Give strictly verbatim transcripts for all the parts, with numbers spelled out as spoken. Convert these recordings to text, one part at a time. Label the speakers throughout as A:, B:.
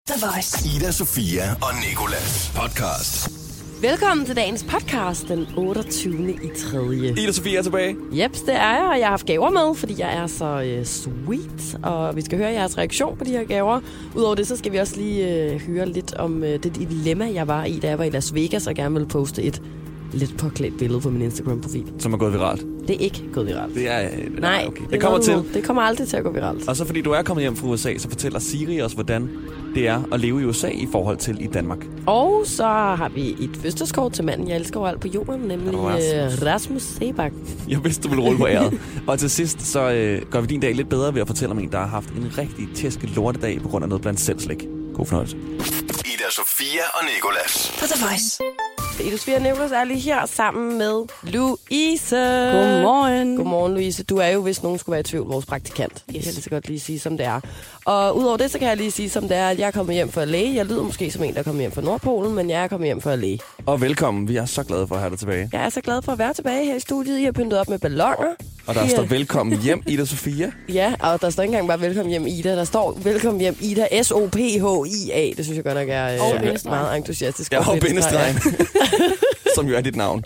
A: The Voice. Ida, Sofia og Nicolas podcast.
B: Velkommen til dagens podcast den otteogtyvende i tredje.
C: Ida Sofia er tilbage.
B: Jeps, det er jeg, og jeg har haft gaver med, fordi jeg er så øh, sweet, og vi skal høre jeres reaktion på de her gaver. Udover det, så skal vi også lige øh, høre lidt om øh, det dilemma, jeg var i, da jeg var i Las Vegas, og gerne ville poste et lidt påklædt billede på min Instagram-profil.
C: Som er gået viralt.
B: Det er ikke gået viralt.
C: Det er,
B: nej,
C: okay.
B: det,
C: det kommer til.
B: Det kommer aldrig til at gå viralt.
C: Og så fordi du er kommet hjem fra U S A, så fortæller Siri os, hvordan det er at leve i U S A i forhold til i Danmark.
B: Og så har vi et fødselskort til manden, jeg elsker overalt på jorden, nemlig Rasmus, Rasmus Sebak.
C: Jeg vidste, du ville rulle på æret. Og til sidst, så øh, gør vi din dag lidt bedre ved at fortælle om en, der har haft en rigtig tæske lortedag på grund af noget blandt selv slik. God fornøjelse.
A: Ida, Sofia og Nicolas.
B: På The Voice. Ida, Sofia og Nicolas er lige her sammen med Louise.
D: Godmorgen.
B: Godmorgen, Louise. Du er jo, hvis nogen skulle være i tvivl, vores praktikant. Yes. Jeg kan lige så godt lige sige, som det er. Og udover det, så kan jeg lige sige, som det er, at jeg er kommet hjem for at læge. Jeg lyder måske som en, der er kommet hjem fra Nordpolen, men jeg er kommet hjem for at læge.
C: Og velkommen. Vi er så glade for at have dig tilbage.
B: Jeg er så glad for at være tilbage her i studiet. I har pyntet op med balloner.
C: Og der står velkommen hjem, Ida Sofia.
B: Ja, og der står ikke engang bare velkommen hjem, Ida. Der står velkommen hjem, Ida. S O P H I A. Det synes jeg godt nok er øh, meget entusiastisk.
C: Ja, og bindestregen. Som jo er dit navn.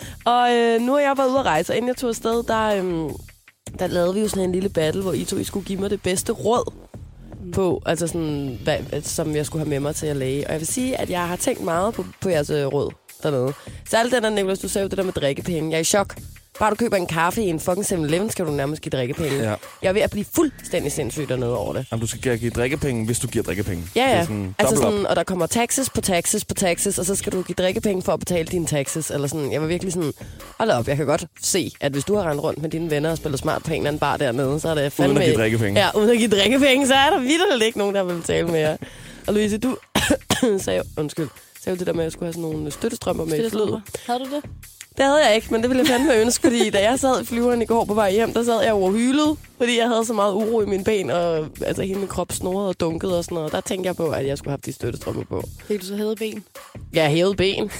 B: Og øh, nu er jeg været ude at rejse, og inden jeg tog afsted, der, øh, der lavede vi jo sådan en lille battle, hvor I to I skulle give mig det bedste råd på, altså sådan, hvad, som jeg skulle have med mig til at læge. Og jeg vil sige, at jeg har tænkt meget på, på jeres øh, råd dernede. Særligt den der, Nicolas, du sagde jo det der med drikkepenge. Jeg er i chok. Bare du køber en kaffe i en fucking seven eleven, skal du nærmest give drikkepenge. Ja. Jeg er ved at blive fuldstændig sindssyg dernede over det.
C: Jamen, du skal give drikkepenge, hvis du giver drikkepenge.
B: Ja, ja.
C: Sådan
B: altså sådan, og der kommer taxes på taxes på taxes, og så skal du give drikkepenge for at betale dine taxes. Eller sådan. Jeg var virkelig sådan, hold op, jeg kan godt se, at hvis du har rendt rundt med dine venner og spillet smart på en eller anden bar dernede, så er det fandme...
C: Uden at give drikkepenge.
B: Ja, uden at give drikkepenge, så er der vitterligt ikke nogen, der vil betale med jer. Og Louise, du sagde, undskyld, sagde jo det der med, at jeg skulle have sådan nogle støttestrømper med i flyet.
D: Havde du det?
B: Det havde jeg ikke, men det ville jeg fandme ønske, fordi da jeg sad i flyveren i går på vej hjem, der sad jeg over hylet, fordi jeg havde så meget uro i mine ben, og altså hele min krop snorede og dunkede og sådan noget. Der tænkte jeg på, at jeg skulle have de støttestrømper på.
D: Fik du så hævet ben?
B: Jeg hævede ben.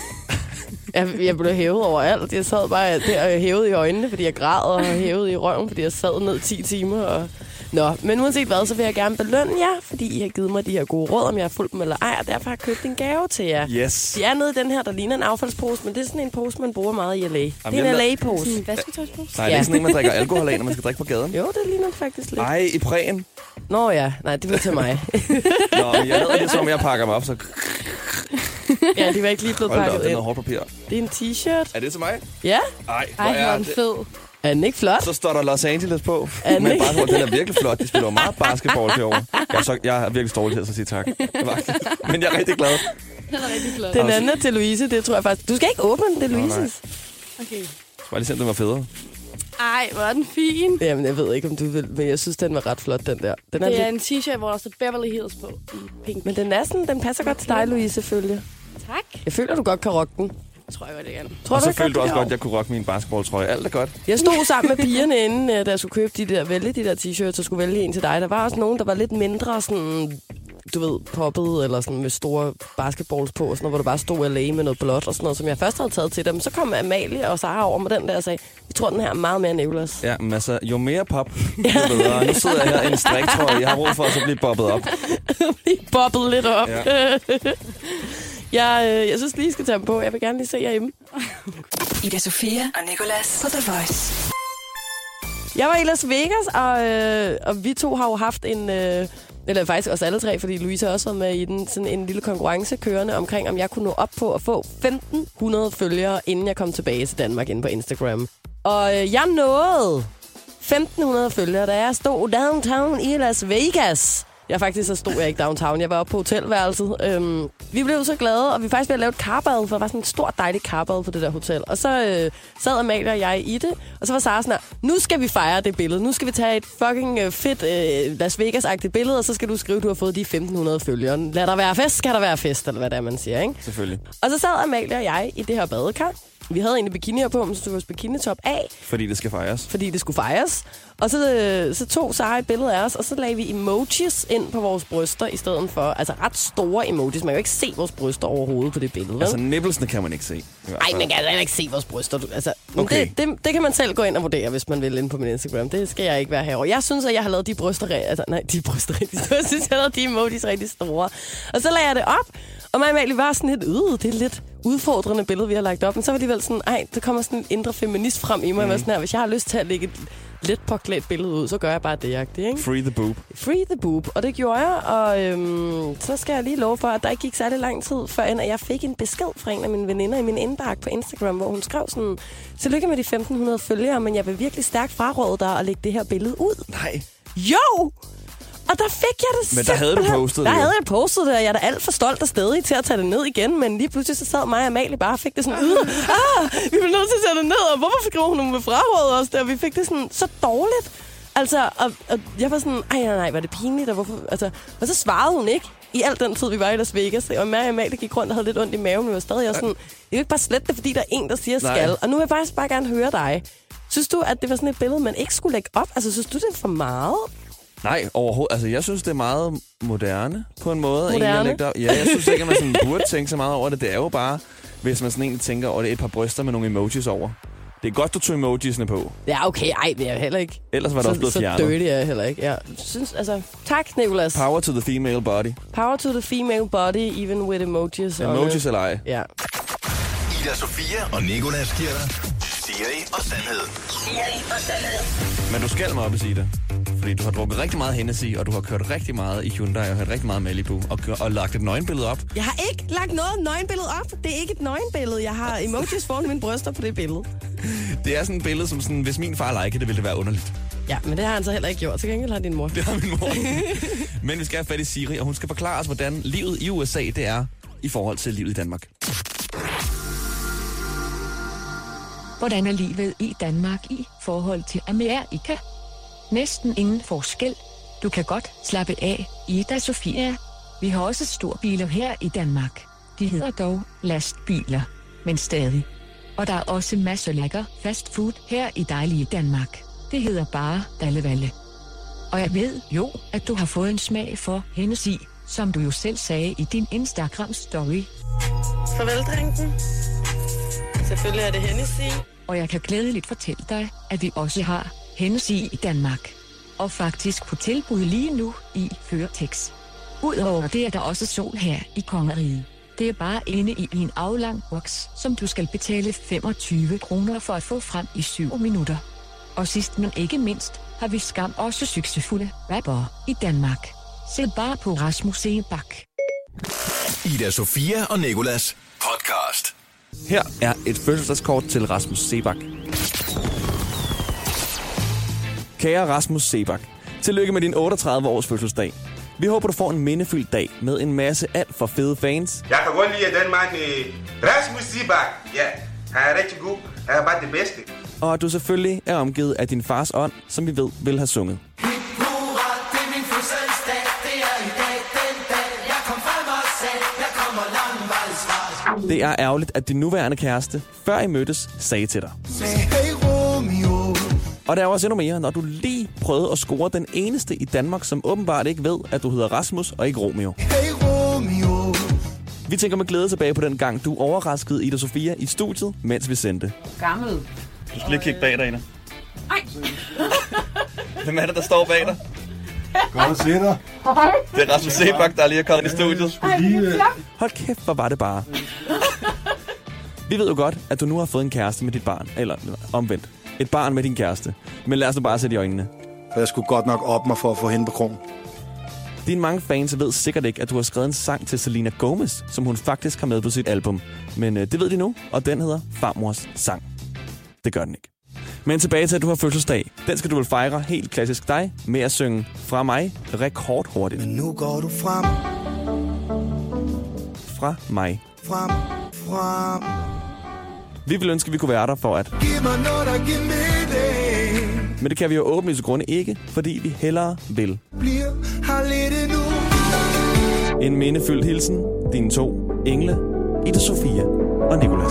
B: jeg, jeg blev hævet overalt. Jeg sad bare der og hævede i øjnene, fordi jeg græd, og hævede i røven, fordi jeg sad ned ti timer. Og... Nå, men uanset hvad, så vil jeg gerne belønne jer, fordi I har givet mig de her gode råd, om jeg har fulgt dem eller ej, og derfor har jeg købt en gave til jer.
C: Yes.
B: De er nede i den her, der ligner en affaldspose, men det er sådan en pose, man bruger meget i L A. Det er en L A-pose.
D: Sådan en vasketøjspose?
C: Nej, det er ikke sådan en, man drikker alkohol af, når man skal drikke på gaden.
B: Jo, det ligner det faktisk lidt.
C: Nej, i prægen.
B: Nå ja, nej, det var til mig.
C: Nå, men jeg havde det som, jeg pakker mig op, så...
B: Ja, de var ikke lige blevet
C: Hold da
B: pakket
C: op, det er
B: ind.
C: noget hårdt papir.
B: Det er en t-shirt.
C: Er det til mig?
B: Ja.
C: Ej, hvor
D: Ej, hvor er
C: er
D: den
C: det?
D: fed.
B: Er den ikke flot?
C: Så står der Los Angeles på.
B: Er den
C: Men
B: ikke?
C: basketball, den er virkelig flot. De spiller jo meget basketball herovre. Jeg er, så, jeg er virkelig stolt til at sige tak. Men jeg er rigtig glad.
D: Den er rigtig flot.
B: Den anden er til Louise, det tror jeg faktisk. Du skal ikke åbne den, det er
C: Nå,
B: Louises.
D: Okay.
C: Jeg bare lige se, om den var federe.
D: Ej, hvor er den fin.
B: Jamen, jeg ved ikke, om du vil, men jeg synes, den var ret flot, den der. Den er
D: Det er
B: lidt...
D: en t-shirt, hvor der står Beverly Hills på i pink.
B: Men den er sådan, den passer godt til dig, Louise, selvfølgelig.
D: Tak.
B: Jeg føler, du godt kan rocke den.
D: Tror jeg godt, jeg kan.
B: Tror
C: Og så
B: ikke
C: følte du også
B: det?
C: godt, at jeg kunne rocke min basketballtrøje. Alt er godt.
B: Jeg stod sammen med pigerne inden, da jeg skulle købe de der, vælge de der t-shirts, og skulle vælge en til dig. Der var også nogen, der var lidt mindre sådan, du ved, poppet, eller sådan med store basketballs på, og sådan noget, hvor der bare stod L A med noget blåt og sådan noget, som jeg først havde taget til dem. Så kom Amalie og Sara over med den der og sagde, vi tror, den her er meget mere Nicolas.
C: Ja, men altså, jo mere pop, jo bedre. Nu sidder jeg her i en striktrøje. Jeg har brug for at så blive bobbet op.
B: Lige bobbet lidt op.
C: Ja.
B: jeg, øh, jeg synes lige, I skal tage dem på. Jeg vil gerne lige se jer hjemme.
E: Ida Sofia og Nicolas på The Voice.
B: Jeg var i Las Vegas, og, øh, og vi to har jo haft en... Øh, eller faktisk også alle tre, fordi Louise har også været med i den, sådan en lille konkurrence kørende omkring, om jeg kunne nå op på at få femten hundrede følgere, inden jeg kom tilbage til Danmark inde på Instagram. Og øh, jeg nåede femten hundrede følgere, da jeg stod downtown i Las Vegas. Jeg faktisk så stod jeg ikke downtown. Jeg var oppe på hotelværelset. Øhm, vi blev så glade, og vi faktisk ved at lave et carbad, for der var sådan et stort, dejligt carbad på det der hotel. Og så øh, sad Amalie og jeg i det, og så var Sara sådan her, nu skal vi fejre det billede. Nu skal vi tage et fucking øh, fedt øh, Las Vegas-agtigt billede, og så skal du skrive, at du har fået de femten hundrede følgere. Lad der være fest, skal der være fest, eller hvad det er, man siger, ikke?
C: Selvfølgelig.
B: Og så sad Amalie og jeg i det her badekar. Vi havde egentlig bikinier på, men så tog vores bikinitop af.
C: Fordi det skal fejres.
B: Fordi det skulle fejres. Og så, så tog Sara et billede af os, og så lagde vi emojis ind på vores bryster i stedet for. Altså ret store emojis. Man kan jo ikke se vores bryster overhovedet på det billede.
C: Altså nibblesene kan man ikke se.
B: Nej, man kan altså ikke se vores bryster. Du, altså,
C: Okay.
B: Det, det, det kan man selv gå ind og vurdere, hvis man vil, ind på min Instagram. Det skal jeg ikke være herovre. Jeg synes, at jeg har lavet de bryster... Altså, nej, de bryster rigtig store. Jeg synes, jeg har lavet de emojis rigtig store. Og så lagde jeg det op, og mig og Amalie var sådan lidt, øh, det er lidt udfordrende billede, vi har lagt op. Men så var de vel sådan, ej, der kommer sådan en indre feminist frem i mig. Mm. Jeg var sådan her, hvis jeg har lyst til at lægge et lidt påklædt billede ud, så gør jeg bare det, ikke?
C: Free the boob.
B: Free the boob. Og det gjorde jeg, og øhm, så skal jeg lige love for, at der ikke gik særlig lang tid, før at jeg fik en besked fra en af mine veninder i min indbakke på Instagram, hvor hun skrev sådan, tillykke med de femten hundrede følgere, men jeg vil virkelig stærkt fraråde dig at lægge det her billede ud.
C: Nej.
B: Jo! Og der fik jeg det.
C: Men der havde du postet
B: Der
C: det.
B: havde jeg postet det, og jeg er da alt for stolt og stedig til at tage det ned igen. Men lige pludselig så sad mig og Amalie bare og fik det sådan, øh, ah, vi bliver nødt til at tage det ned, og hvorfor skriver hun med frarådet os der? Vi fik det sådan så dårligt. Altså, og, og jeg var sådan, ej nej, nej, var det pinligt, og hvorfor? Altså, og så svarede hun ikke i al den tid, vi var i Las Vegas. Og mig og Amalie gik rundt og havde lidt ondt i maven, men vi var stadig også sådan, det er jo ikke bare slet det, fordi der er en, der siger skal. Nej. Og nu vil jeg faktisk bare gerne høre dig. Synes du, at det var sådan et billede, man ikke skulle lægge op? Altså, synes du, det er for meget?
C: Nej, overhovedet. Altså, jeg synes, det er meget moderne på en måde.
B: Moderne?
C: Ja, jeg synes ikke, at man sådan burde tænke så meget over det. Det er jo bare, hvis man sådan egentlig tænker over det, et par bryster med nogle emojis over. Det er godt, du tog emojisene på.
B: Ja, okay. Ej, det er jeg heller ikke.
C: Ellers var det
B: så,
C: også blevet
B: så
C: fjernet.
B: Så dirty er jeg heller ikke. Ja. Synes, altså, tak, Nicolas.
C: Power to the female body.
B: Power to the female body, even with emojis.
C: Emojis eller ej.
B: Ja.
A: Ida Sofia og Nicolas giver dig Siri og Sandhed.
E: Siri og Sandhed.
C: Men du skal mig op og sige det. Fordi du har drukket rigtig meget Hennessy, og du har kørt rigtig meget i Hyundai, og hørt rigtig meget Malibu, og, og lagt et nøgenbillede op.
B: Jeg har ikke lagt noget nøgenbillede op. Det er ikke et nøgenbillede. Jeg har emojis foran mine bryster på det billede.
C: Det er sådan et billede, som sådan, hvis min far likede det, ville det være underligt.
B: Ja, men det har han så heller ikke gjort. Til gengæld har din mor.
C: Det har min mor. Men vi skal have fat i Siri, og hun skal forklare os, hvordan livet i U S A det er i forhold til livet i Danmark.
F: Hvordan er livet i Danmark i forhold til Amerika? Næsten ingen forskel. Du kan godt slappe af, Ida Sofia. Vi har også storbiler her i Danmark. De hedder dog lastbiler, men stadig. Og der er også masser lækker fast food her i dejlige Danmark. Det hedder bare Dallevalle. Og jeg ved jo, at du har fået en smag for Hennessy, som du jo selv sagde i din Instagram-story.
D: Farvel, drengen. Selvfølgelig er det Hennessy.
F: Og jeg kan glædeligt fortælle dig, at vi også har Hennessy i Danmark. Og faktisk på tilbud lige nu i Føtex. Udover det er der også sol her i Kongeriget. Det er bare inde i en aflang boks, som du skal betale femogtyve kroner for at få frem i syv minutter. Og sidst men ikke mindst, har vi skam også succesfulde rappere i Danmark. Se bare på Rasmus Sebak.
A: Ida Sofia og Nicolas podcast.
C: Her er et fødselsdagskort til Rasmus Sebak. Kære Rasmus Sebak, tillykke med din otteogtredive års fødselsdag. Vi håber, du får en mindefyldt dag med en masse alt for fede fans.
G: Jeg kan godt lide den mand, Rasmus Sebak. Ja, han er rigtig god. Han er bare det bedste.
C: Og at du selvfølgelig er omgivet af din fars ånd, som vi ved vil have sunget. Det er ærgerligt, at din nuværende kæreste, før I mødtes, sagde til dig. Og der er også endnu mere, når du lige prøvede at score den eneste i Danmark, som åbenbart ikke ved, at du hedder Rasmus og ikke Romeo. Vi tænker med glæde tilbage på den gang, du overraskede Ida Sofia i studiet, mens vi sendte.
D: Gammel.
C: Du skal lige kigge bag dig, Ina. Ej! Hvem er det, der står bag dig?
H: Godt at se dig.
C: Det er Rasmus Sebak, der lige er kommet i studiet.
H: Lige,
C: Hold kæft, hvor var det bare. Vi ved jo godt, at du nu har fået en kæreste med dit barn. Eller omvendt. Et barn med din kæreste. Men lad os nu bare sætte i øjnene.
H: for jeg skulle godt nok op mig for at få hende på krogen.
C: Dine mange fans ved sikkert ikke, at du har skrevet en sang til Selena Gomez, som hun faktisk har med på sit album. Men øh, det ved de nu, og den hedder Farmors Sang. Det gør den ikke. Men tilbage til, at du har fødselsdag. Den skal du vel fejre helt klassisk dig med at synge Fra mig rekordhurtigt.
I: Men nu går du frem.
C: Fra mig.
I: Frem, frem.
C: Vi vil ønske, at vi kunne være der for at...
I: Giv mig noget, der giver mening.
C: Men det kan vi jo åbenlyse grunde ikke, fordi vi hellere vil.
I: Bliver her lidt endnu.
C: En mindefyldt hilsen. Dine to engle, Ida Sofia og Nicolas.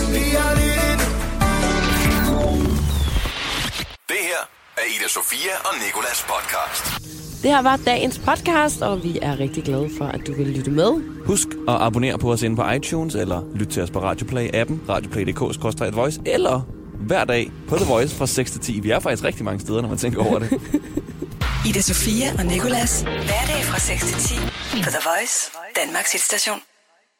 A: Det her er Ida Sofia og Nicolas podcast.
B: Det her var dagens podcast, og vi er rigtig glade for, at du vil lytte med.
C: Husk at abonnere på os inde på iTunes, eller lyt til os på Radioplay-appen, radioplay punktum d k skråstreg voice, eller hver dag på The Voice fra seks til ti. Vi er faktisk rigtig mange steder, når man tænker over det.
E: Ida Sofia og Nicolas. Hverdag fra seks til ti på The Voice, Danmarks hitstation.